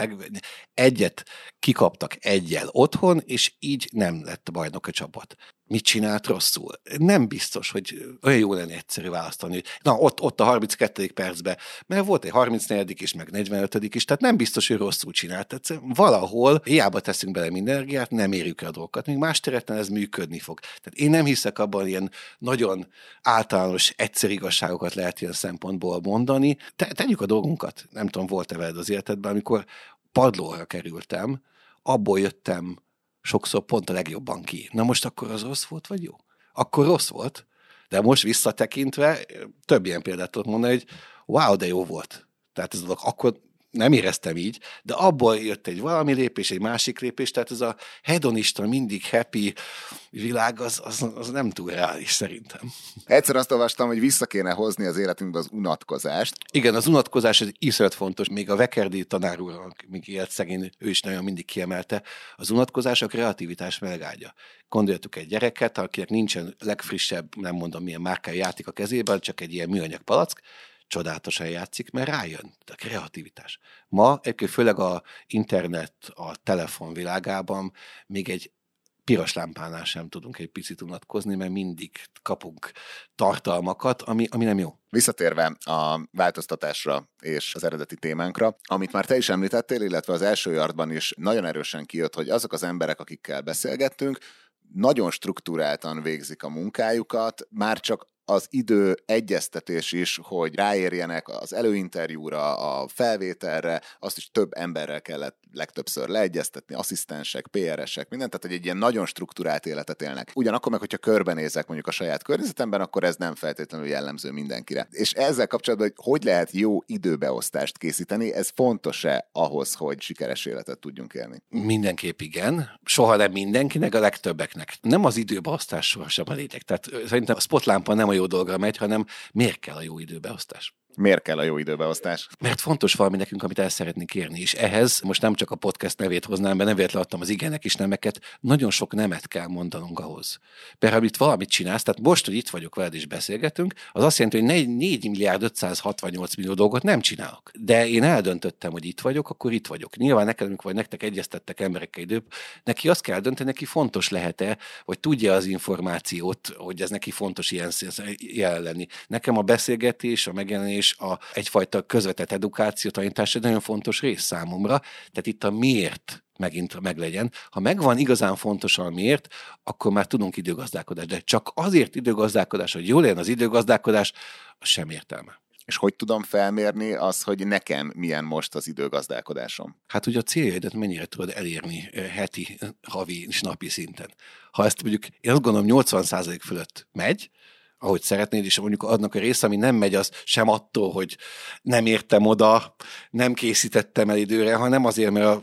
egyet kikaptak 1-jel otthon, és így nem lett a bajnok a csapat. Mit csinált rosszul? Nem biztos, hogy olyan jó lenne egyszerű választani. Na, ott a 32. percben, mert volt egy 34. és meg 45. is, tehát nem biztos, hogy rosszul csinált. Tehát valahol hiába teszünk bele minden energiát, nem érjük el a dolgokat. Még más területen ez működni fog. Tehát én nem hiszek abban, ilyen nagyon általános, egyszerű igazságokat lehet ilyen szempontból mondani. Tegyük a dolgunkat. Nem tudom, volt-e veled az életedben, amikor padlóra kerültem, abból jöttem sokszor pont a legjobban ki. Na most akkor az rossz volt, vagy jó? Akkor rossz volt, de most visszatekintve több ilyen példát tudok mondani, hogy wow, de jó volt. Tehát ez a dolog, akkor nem éreztem így, de abból jött egy valami lépés, egy másik lépés, tehát ez a hedonista, mindig happy világ, az nem túl reális szerintem. Egyszer azt olvastam, hogy vissza kéne hozni az életünkbe az unatkozást. Igen, az unatkozás ez iszonyat fontos, még a Vekerdi tanár úr, még élt szegény, ő is nagyon mindig kiemelte, az unatkozás a kreativitás melegágya. Gondoljatok egy gyereket, akinek nincsen legfrissebb, nem mondom milyen márkája játék a kezében, csak egy ilyen műanyag palack, csodálatosan játszik, mert rájön a kreativitás. Ma, főleg a internet, a telefon világában még egy piros lámpánál sem tudunk egy picit unatkozni, mert mindig kapunk tartalmakat, ami nem jó. Visszatérve a változtatásra és az eredeti témánkra, amit már te is említettél, illetve az első yardban is nagyon erősen kijött, hogy azok az emberek, akikkel beszélgettünk, nagyon strukturáltan végzik a munkájukat, már csak az idő egyeztetés is, hogy ráérjenek az előinterjúra, a felvételre, azt is több emberrel kellett legtöbbször leegyeztetni, asszisztensek, PR-esek, mindent, tehát hogy egy ilyen nagyon strukturált életet élnek. Ugyanakkor meg, hogyha körbenézek mondjuk a saját környezetemben, akkor ez nem feltétlenül jellemző mindenkire. És ezzel kapcsolatban, hogy lehet jó időbeosztást készíteni, ez fontos-e ahhoz, hogy sikeres életet tudjunk élni? Mindenképp igen. Soha nem mindenkinek, a legtöbbeknek. Nem az időbeosztás sohasem a lényeg. Tehát szerintem a spotlámpa nem a jó dolgra megy, hanem miért kell a jó időbeosztás? Miért kell a jó időbeosztás? Mert fontos valami nekünk, amit el szeretnénk érni, és ehhez most nem csak a podcast nevét hoznám, mert nem véletlenül adtam az igenek és nemeket, nagyon sok nemet kell mondanunk ahhoz. Mert ha itt valamit csinálsz, tehát most, hogy itt vagyok veled és beszélgetünk, az azt jelenti, hogy 4 milliárd 568 millió dolgot nem csinálok. De én eldöntöttem, hogy itt vagyok, akkor itt vagyok. Nyilván nekünk vagy nektek egyeztettek emberekkel időbb, neki azt kell dönteni, neki fontos lehet-e, hogy tudja az információt, hogy ez neki fontos ilyen jelen lenni. Nekem a beszélgetés, a megjelenés, egyfajta közvetett edukáció, tanítás egy nagyon fontos rész számomra. Tehát itt a miért megint meglegyen. Ha megvan igazán fontos a miért, akkor már tudunk időgazdálkodást. De csak azért időgazdálkodás, hogy jól legyen az időgazdálkodás, az sem értelme. És hogy tudom felmérni az, hogy nekem milyen most az időgazdálkodásom? Hát ugye a céljaidat mennyire tudod elérni heti, havi és napi szinten. Ha ezt mondjuk, én azt gondolom 80% fölött megy, ahogy szeretnéd, és mondjuk adnak a része, ami nem megy, az sem attól, hogy nem értem oda, nem készítettem el időre, hanem azért, mert a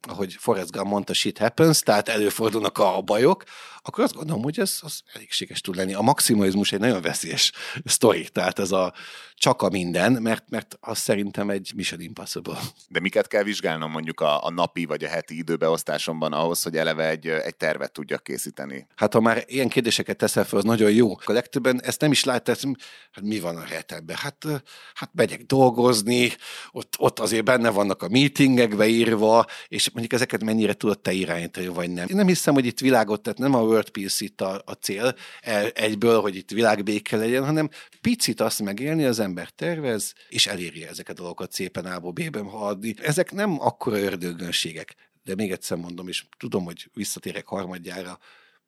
ahogy Forrest Gump mondta, shit happens, tehát előfordulnak a bajok, akkor azt gondolom, hogy ez az elégséges tud lenni. A maximalizmus egy nagyon veszélyes sztori, tehát ez a csak a minden, mert az szerintem egy Mission Impossible. De miket kell vizsgálnom mondjuk a napi vagy a heti időbeosztásomban ahhoz, hogy eleve egy tervet tudjak készíteni? Hát ha már ilyen kérdéseket teszel fel, az nagyon jó. A legtöbben ezt nem is látják, hát mi van a hetemben? Hát megyek dolgozni, ott azért benne vannak a meetingek beírva, és mondjuk ezeket mennyire tudod te irányítani, vagy nem. Én nem hiszem, hogy itt világot, tehát nem a world peace itt a cél egyből, hogy itt világbéke legyen, hanem picit azt megélni, az ember tervez, és eléri ezeket a dolgokat szépen A-ból B-ben haladni. Ezek nem akkora ördögönségek, de még egyszer mondom, és tudom, hogy visszatérek harmadjára,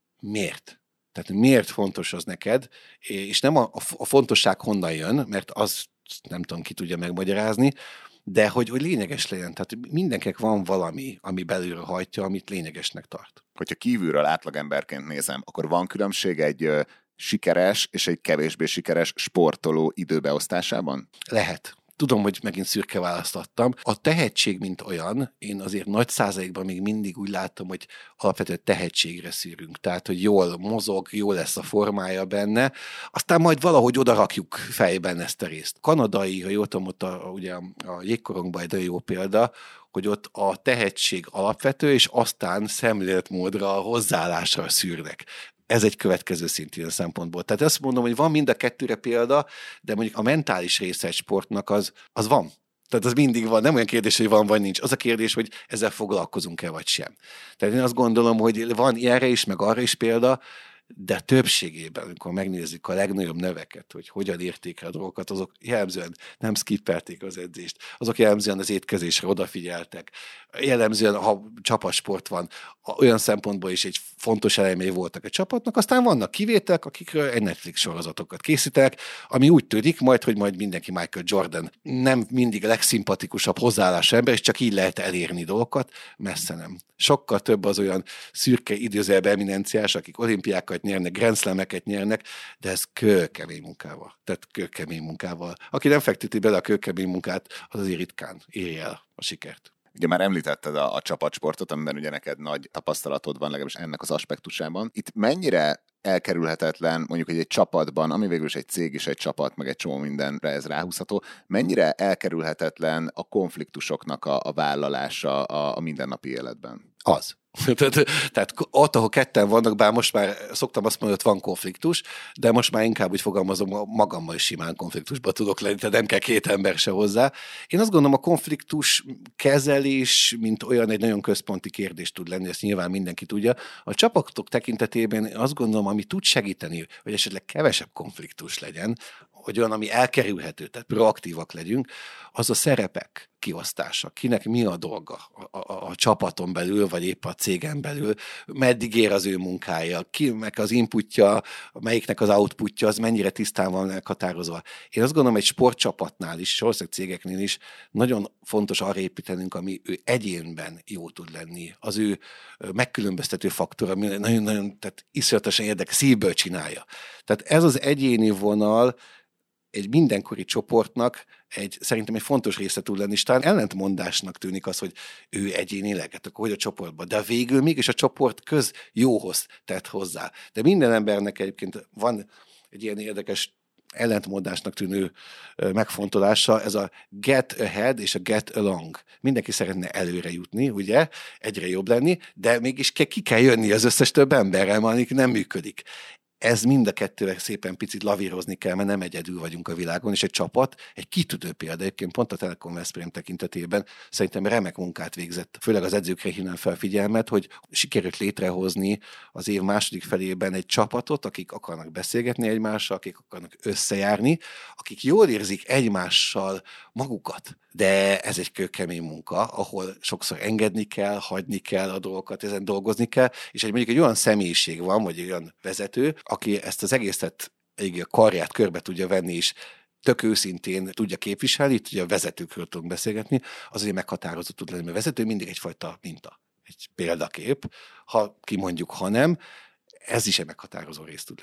miért? Tehát miért fontos az neked, és nem a fontosság honnan jön, mert az nem tudom, ki tudja megmagyarázni, de hogy lényeges legyen. Tehát mindenkinek van valami, ami belülről hajtja, amit lényegesnek tart. Hogyha kívülről átlagemberként nézem, akkor van különbség egy sikeres és egy kevésbé sikeres sportoló időbeosztásában? Lehet. Tudom, hogy megint szürke választottam. A tehetség, mint olyan, én azért nagy százalékban még mindig úgy látom, hogy alapvetően tehetségre szűrünk. Tehát, hogy jól mozog, jól lesz a formája benne, aztán majd valahogy odarakjuk fejben ezt a részt. Kanadai, ha jól tudom, ott ugye a jégkorongban egy jó példa, hogy ott a tehetség alapvető, és aztán szemléletmódra, hozzáállásra szűrnek. Ez egy következő szintű szempontból. Tehát azt mondom, hogy van mind a kettőre példa, de mondjuk a mentális része egy sportnak az van. Tehát az mindig van. Nem olyan kérdés, hogy van vagy nincs. Az a kérdés, hogy ezzel foglalkozunk-e vagy sem. Tehát én azt gondolom, hogy van ilyenre is, meg arra is példa, de többségében, amikor megnézzük a legnagyobb neveket, hogy hogyan érték el a dolgokat, azok jellemzően nem skippelték az edzést, azok jellemzően az étkezésre odafigyeltek, jellemzően, ha csapatsport van, olyan szempontból is egy fontos elemei voltak a csapatnak, aztán vannak kivételek, akikről egy Netflix sorozatokat készítenek, ami úgy tűnik majd, hogy majd mindenki Michael Jordan. Nem mindig a legszimpatikusabb hozzáállású ember, és csak így lehet elérni dolgokat, messze nem. Sokkal több az olyan szürke idézőjelben eminenciás, akik olimpiákat nyernek, Grand Slameket nyernek, de ez kőkemény munkával. Tehát kőkemény munkával. Aki nem fekteti bele a kőkemény munkát, az azért ritkán érje el a sikert. Ugye már említetted a csapatsportot, amiben ugye neked nagy tapasztalatod van, legalábbis ennek az aspektusában. Itt mennyire elkerülhetetlen, mondjuk egy csapatban, ami végül is egy cég és egy csapat, meg egy csomó mindenre ez ráhúzható, mennyire elkerülhetetlen a konfliktusoknak a vállalása a mindennapi életben? Az. Tehát ott, ahol ketten vannak, bár most már szoktam azt mondani, hogy van konfliktus, de most már inkább úgy fogalmazom, magammal is simán konfliktusba tudok lenni, tehát nem kell két ember se hozzá. Én azt gondolom, a konfliktus kezelés, mint olyan, egy nagyon központi kérdés tud lenni, ezt nyilván mindenki tudja. A csapatok tekintetében azt gondolom, ami tud segíteni, hogy esetleg kevesebb konfliktus legyen, hogy olyan, ami elkerülhető, tehát proaktívak legyünk, az a szerepek kiosztása. Kinek mi a dolga a csapaton belül, vagy épp a cégen belül, meddig ér az ő munkája, kinek az inputja, melyiknek az outputja, az mennyire tisztán van meghatározva. Én azt gondolom, egy sportcsapatnál is, valószínűleg cégeknél is nagyon fontos arra építenünk, ami ő egyénben jó tud lenni. Az ő megkülönböztető faktor, ami nagyon-nagyon, tehát iszonyatosan érdekes, szívből csinálja. Tehát ez az egyéni vonal egy mindenkori csoportnak szerintem egy fontos része tud lenni, és talán ellentmondásnak tűnik az, hogy ő egyénileg, hát akkor hogy a csoportban. De végül mégis a csoport köz jóhoz tett hozzá. De minden embernek egyébként van egy ilyen érdekes ellentmondásnak tűnő megfontolása, ez a get ahead és a get along. Mindenki szeretne előre jutni, ugye, egyre jobb lenni, de mégis ki kell jönni az összes több emberrel, amik nem működik. Ez mind a kettőre szépen picit lavírozni kell, mert nem egyedül vagyunk a világon, és egy csapat, egy kitűnő példa, egyébként pont a Telekom Veszprém tekintetében szerintem remek munkát végzett, főleg az edzőkre hívnám fel figyelmet, hogy sikerült létrehozni az év második felében egy csapatot, akik akarnak beszélgetni egymással, akik akarnak összejárni, akik jól érzik egymással magukat. De ez egy kőkemény munka, ahol sokszor engedni kell, hagyni kell a dolgokat, ezen dolgozni kell, és mondjuk egy olyan személyiség van, vagy egy olyan vezető, aki ezt az egészet egy karját körbe tudja venni, és tök őszintén tudja képviselni, itt ugye a vezetőkről tudunk beszélgetni, az ugye meghatározó tud lenni, mert a vezető mindig egyfajta minta, egy példakép, ha kimondjuk, ha nem, ez is egy meghatározó rész tud lenni.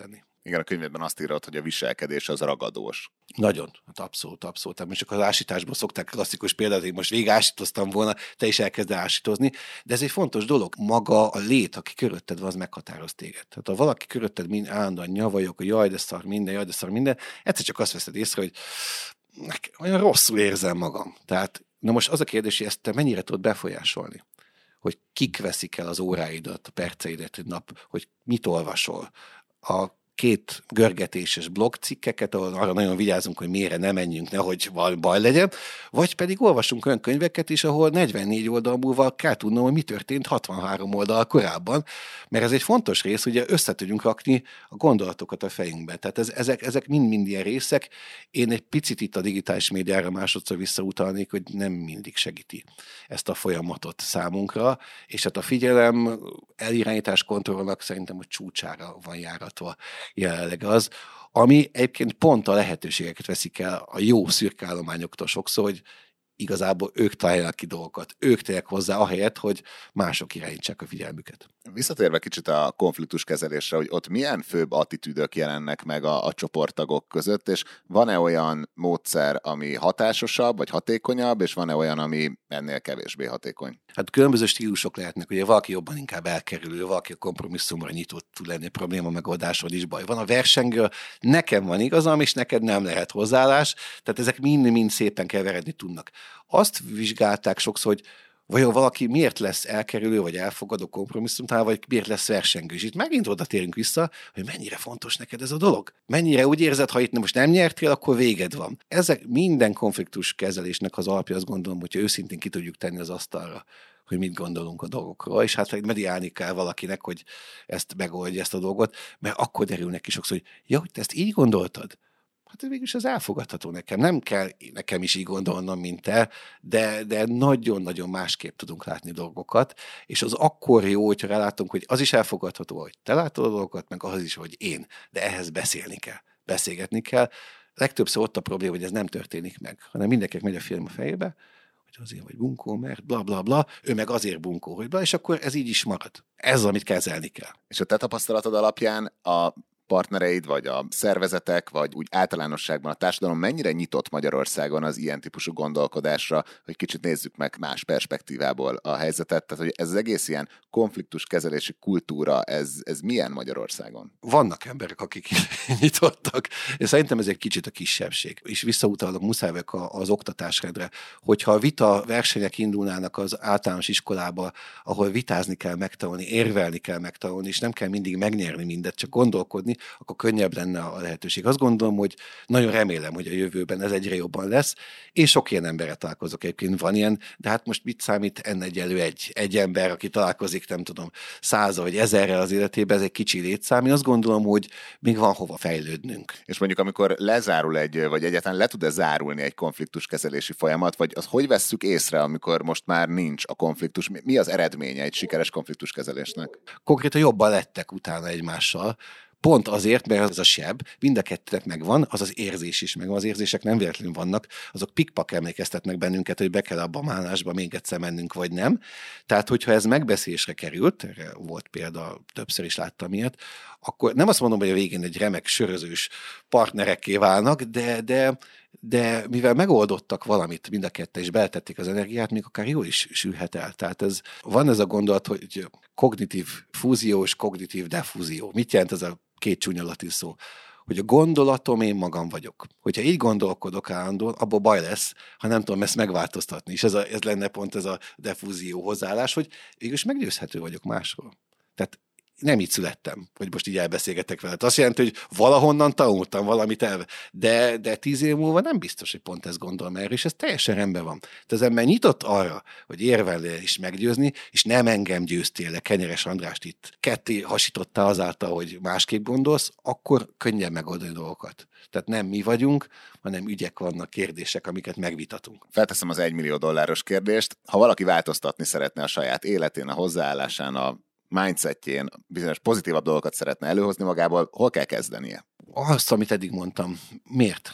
Igen, a könyvedben azt írod, hogy a viselkedés az ragadós. Nagyon, hát abszolút. Tehát most csak az ásításból szokták klasszikus példát, én most végig ásítoztam volna, te is elkezd ásítozni, de ez egy fontos dolog. Maga a lét, aki körülötted van, az meghatároz téged. Tehát ha valaki körülötted állandóan nyavajok, hogy jaj, de szar minden, egyszer csak azt veszed észre, hogy olyan rosszul érzem magam. Tehát, na most az a kérdés, hogy ezt te mennyire tudod befolyásolni? Hogy kik veszik el az óráidat, a perceidet egy nap, hogy mit olvasol. A 2 görgetéses blogcikkeket, ahol arra nagyon vigyázunk, hogy mélyre ne menjünk, nehogy baj legyen, vagy pedig olvasunk olyan könyveket is, ahol 44 oldal múlva kell tudnom, hogy mi történt 63 oldal korábban, mert ez egy fontos rész, ugye össze tudjunk rakni a gondolatokat a fejünkbe. Tehát ezek mind ilyen részek. Én egy picit itt a digitális médiára másodszor visszautalnék, hogy nem mindig segíti ezt a folyamatot számunkra, és hát a figyelem elirányítás kontrollnak szerintem a csúcsára van járatva jelenleg az, ami egyébként pont a lehetőségeket veszik el a jó szürkeállományoktól sokszor, hogy igazából ők találják ki dolgokat, ők tegyek hozzá, ahelyett, hogy mások irányítsák a figyelmüket. Visszatérve kicsit a konfliktuskezelésre, hogy ott milyen főbb attitűdök jelennek meg a csoporttagok között, és van-e olyan módszer, ami hatásosabb, vagy hatékonyabb, és van-e olyan, ami ennél kevésbé hatékony? Hát különböző stílusok lehetnek, ugye valaki jobban inkább elkerülő, valaki a kompromisszumra nyitott tud lenni, probléma megoldásról is baj. Van a versengő, nekem van igazam, és neked nem lehet hozzáállás, tehát ezek mind szépen keveredni tudnak. Azt vizsgálták sokszor, hogy vajon valaki miért lesz elkerülő, vagy elfogadó kompromisszumtál, vagy miért lesz versengő. És itt megint oda térünk vissza, hogy mennyire fontos neked ez a dolog. Mennyire úgy érzed, ha itt most nem nyertél, akkor véged van. Ezek minden konfliktus kezelésnek az alapja, azt gondolom, hogyha őszintén ki tudjuk tenni az asztalra, hogy mit gondolunk a dolgokról, és hát mediálni kell valakinek, hogy ezt megoldja ezt a dolgot, mert akkor derül neki sokszor, hogy ja, hogy te ezt így gondoltad. Hát végülis az elfogadható nekem. Nem kell nekem is így gondolnom, mint te, de nagyon-nagyon másképp tudunk látni dolgokat, és az akkor jó, hogyha rálátunk, hogy az is elfogadható, hogy te látod a dolgokat, meg az is, hogy én. De ehhez beszélni kell, beszélgetni kell. Legtöbbször ott a probléma, hogy ez nem történik meg, hanem mindenkinek megy a film a fejébe, hogy azért vagy bunkó, mert bla bla bla, ő meg azért bunkó, hogy bla, és akkor ez így is marad. Ez az, amit kezelni kell. És a te tapasztalatod alapján a partnereid, vagy a szervezetek, vagy úgy általánosságban a társadalom mennyire nyitott Magyarországon az ilyen típusú gondolkodásra, hogy kicsit nézzük meg más perspektívából a helyzetet, tehát hogy ez az egész ilyen konfliktuskezelési kultúra, ez milyen Magyarországon? Vannak emberek, akik nyitottak, és szerintem ez egy kicsit a kisebbség. És visszautalok muszáj az oktatásrendre, hogyha a vita versenyek indulnának az általános iskolába, ahol vitázni kell megtanulni, érvelni kell megtanulni, és nem kell mindig megnyerni mindet, csak gondolkodni, akkor könnyebb lenne a lehetőség. Azt gondolom, hogy nagyon remélem, hogy a jövőben ez egyre jobban lesz. Én sok ilyen emberrel találkozok, egyébként van ilyen, de hát most mit számít egy ember, aki találkozik, nem tudom, 100 vagy 1000-rel az életében, ez egy kicsi létszám. Én azt gondolom, hogy még van hova fejlődnünk. És mondjuk, amikor lezárul vagy egyáltalán le tud-e zárulni egy konfliktuskezelési folyamat, vagy az hogy vesszük észre, amikor most már nincs a konfliktus? Mi az eredménye egy sikeres konfliktuskezelésnek? Konkrétan jobban lettek utána egymással. Pont azért, mert ez a seb, mind a kettőnek megvan, az az érzés is megvan, az érzések nem véletlenül vannak, azok pikpak emlékeztetnek bennünket, hogy be kell abba a málásba még egyszer mennünk, vagy nem. Tehát, hogyha ez megbeszélésre került, erre volt példa, többször is láttam ilyet, akkor nem azt mondom, hogy a végén egy remek sörözős partnerekké válnak, de mivel megoldottak valamit mind a ketten, és beletették az energiát, még akár jól is sülhet el. Tehát van ez a gondolat, hogy kognitív fúzió és kognitív defúzió. Mit jelent ez a 2 csúnya latin szó? Hogy a gondolatom én magam vagyok. Hogyha így gondolkodok állandóan, abból baj lesz, ha nem tudom ezt megváltoztatni. És ez lenne pont ez a defúzió hozzáállás, hogy végülis meggyőzhető vagyok másról. Tehát nem így születtem, hogy most így elbeszélgetek veled. Azt jelenti, hogy valahonnan tanultam valamit de 10 év múlva nem biztos, hogy pont ezt gondolom erről, és ez teljesen rendben van. Tehát az ember nyitott arra, hogy érvelni és meggyőzni, és nem engem győztél le, Kenyeres Andrást itt ketté hasítottál azáltal, hogy másképp gondolsz, akkor könnyen megoldani dolgokat. Tehát nem mi vagyunk, hanem ügyek vannak, kérdések, amiket megvitatunk. Felteszem az $1 millió kérdést. Ha valaki változtatni szeretne a saját életén, a hozzáállásán, a mindsetjén, bizonyos pozitívabb dolgokat szeretne előhozni magából, hol kell kezdenie? Azt, amit eddig mondtam. Miért?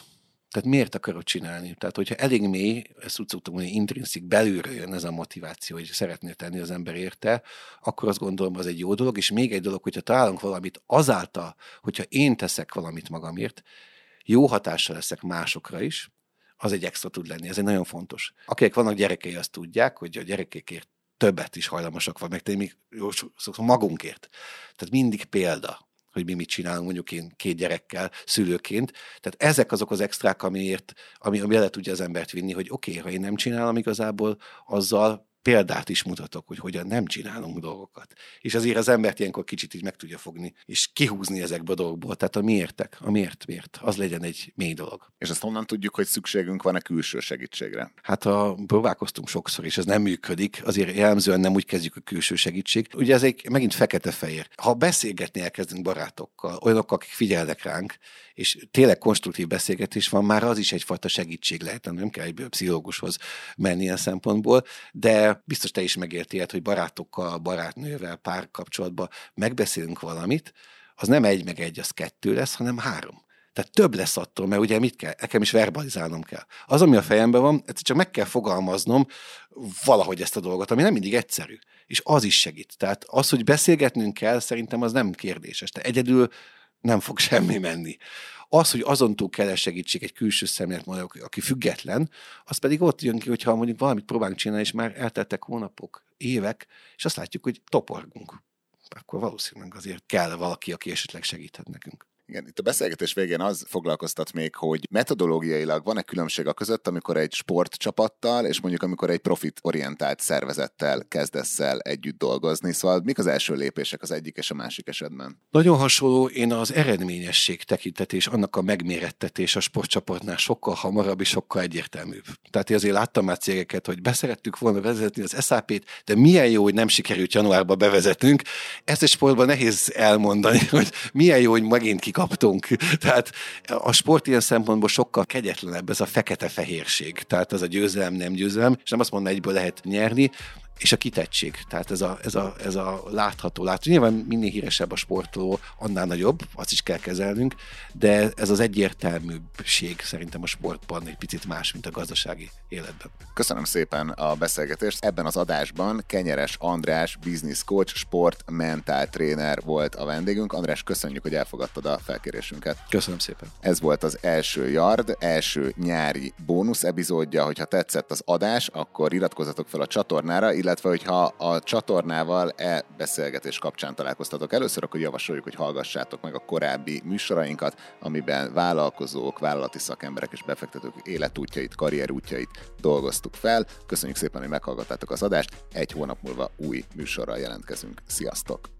Tehát miért akarod csinálni? Tehát, hogyha elég mély, ezt úgy szoktuk mondani, intrinzik, belülről jön ez a motiváció, hogy szeretnél tenni az ember érte, akkor azt gondolom, az egy jó dolog, és még egy dolog, hogyha találunk valamit azáltal, hogyha én teszek valamit magamért, jó hatással leszek másokra is, az egy extra tud lenni. Ez egy nagyon fontos. Akik vannak gyerekei, azt tudják, hogy a gyerekekért többet is hajlamosak van megtenni, még sokszor magunkért. Tehát mindig példa, hogy mi mit csinálunk, mondjuk én 2 gyerekkel, szülőként. Tehát ezek azok az extrák, ami el tudja az embert vinni, hogy oké, ha én nem csinálom igazából, azzal példát is mutatok, hogy hogyan nem csinálunk dolgokat. És azért az embert ilyenkor kicsit így meg tudja fogni, és kihúzni ezekből a dolgokból. Tehát a miért, az legyen egy mély dolog. És ezt honnan tudjuk, hogy szükségünk van-e külső segítségre? Hát próbálkoztunk sokszor, és ez nem működik, azért jellemzően nem úgy kezdjük a külső segítség. Ugye ez megint fekete-fehér. Ha beszélgetni elkezdünk barátokkal, olyanokkal, akik figyelnek ránk, és tényleg konstruktív beszélgetés van, már az is egyfajta segítség lehet, nem kell egyből pszichológushoz menni ilyen szempontból, de biztos te is megértél, hogy barátokkal, barátnővel, párkapcsolatban megbeszélünk valamit, az nem 1 meg 1, az 2 lesz, hanem 3. Tehát több lesz attól, mert ugye mit kell? Nekem is verbalizálnom kell. Az, ami a fejemben van, csak meg kell fogalmaznom valahogy ezt a dolgot, ami nem mindig egyszerű. És az is segít. Tehát az, hogy beszélgetnünk kell, szerintem az nem kérdéses. Te egyedül nem fog semmi menni. Az, hogy azon túl kell segítség egy külső szemlélet, aki független, az pedig ott jön ki, hogyha mondjuk valamit próbálunk csinálni, és már elteltek hónapok, évek, és azt látjuk, hogy toporgunk. Akkor valószínűleg azért kell valaki, aki esetleg segíthet nekünk. Igen, itt a beszélgetés végén az foglalkoztat még, hogy metodológiailag van-e különbség a között, amikor egy sportcsapattal, és mondjuk amikor egy profitorientált szervezettel kezdesz el együtt dolgozni. Szóval mik az első lépések az egyik és a másik esetben? Nagyon hasonló, én az eredményesség tekintetés, annak a megmérettetés a sportcsoportnál sokkal hamarabb és sokkal egyértelműbb. Tehát én azért láttam már cégeket, hogy beszerettük volna vezetni az SAP-t, de milyen jó, hogy nem sikerült januárban bevezetnünk. Ezt egy sportban nehéz elmondani, hogy milyen jó, hogy megint kaptunk. Tehát a sport ilyen szempontból sokkal kegyetlenebb, ez a fekete-fehérség. Tehát ez a győzelem, nem győzelem, és nem azt mondom, egyből lehet nyerni, és a kitettség, tehát ez a látható. Nyilván minél híresebb a sportoló, annál nagyobb, azt is kell kezelnünk, de ez az egyértelműség szerintem a sportban egy picit más, mint a gazdasági életben. Köszönöm szépen a beszélgetést. Ebben az adásban Kenyeres András, business coach, sport mentál tréner volt a vendégünk. András, köszönjük, hogy elfogadtad a felkérésünket. Köszönöm szépen. Ez volt az első Yard, első nyári bónusz epizódja. Hogyha tetszett az adás, akkor iratkozzatok fel a csatornára, illetve hogyha a csatornával beszélgetés kapcsán találkoztatok először, akkor javasoljuk, hogy hallgassátok meg a korábbi műsorainkat, amiben vállalkozók, vállalati szakemberek és befektetők életútjait, karrierútjait dolgoztuk fel. Köszönjük szépen, hogy meghallgattátok az adást. 1 hónap múlva új műsorral jelentkezünk. Sziasztok!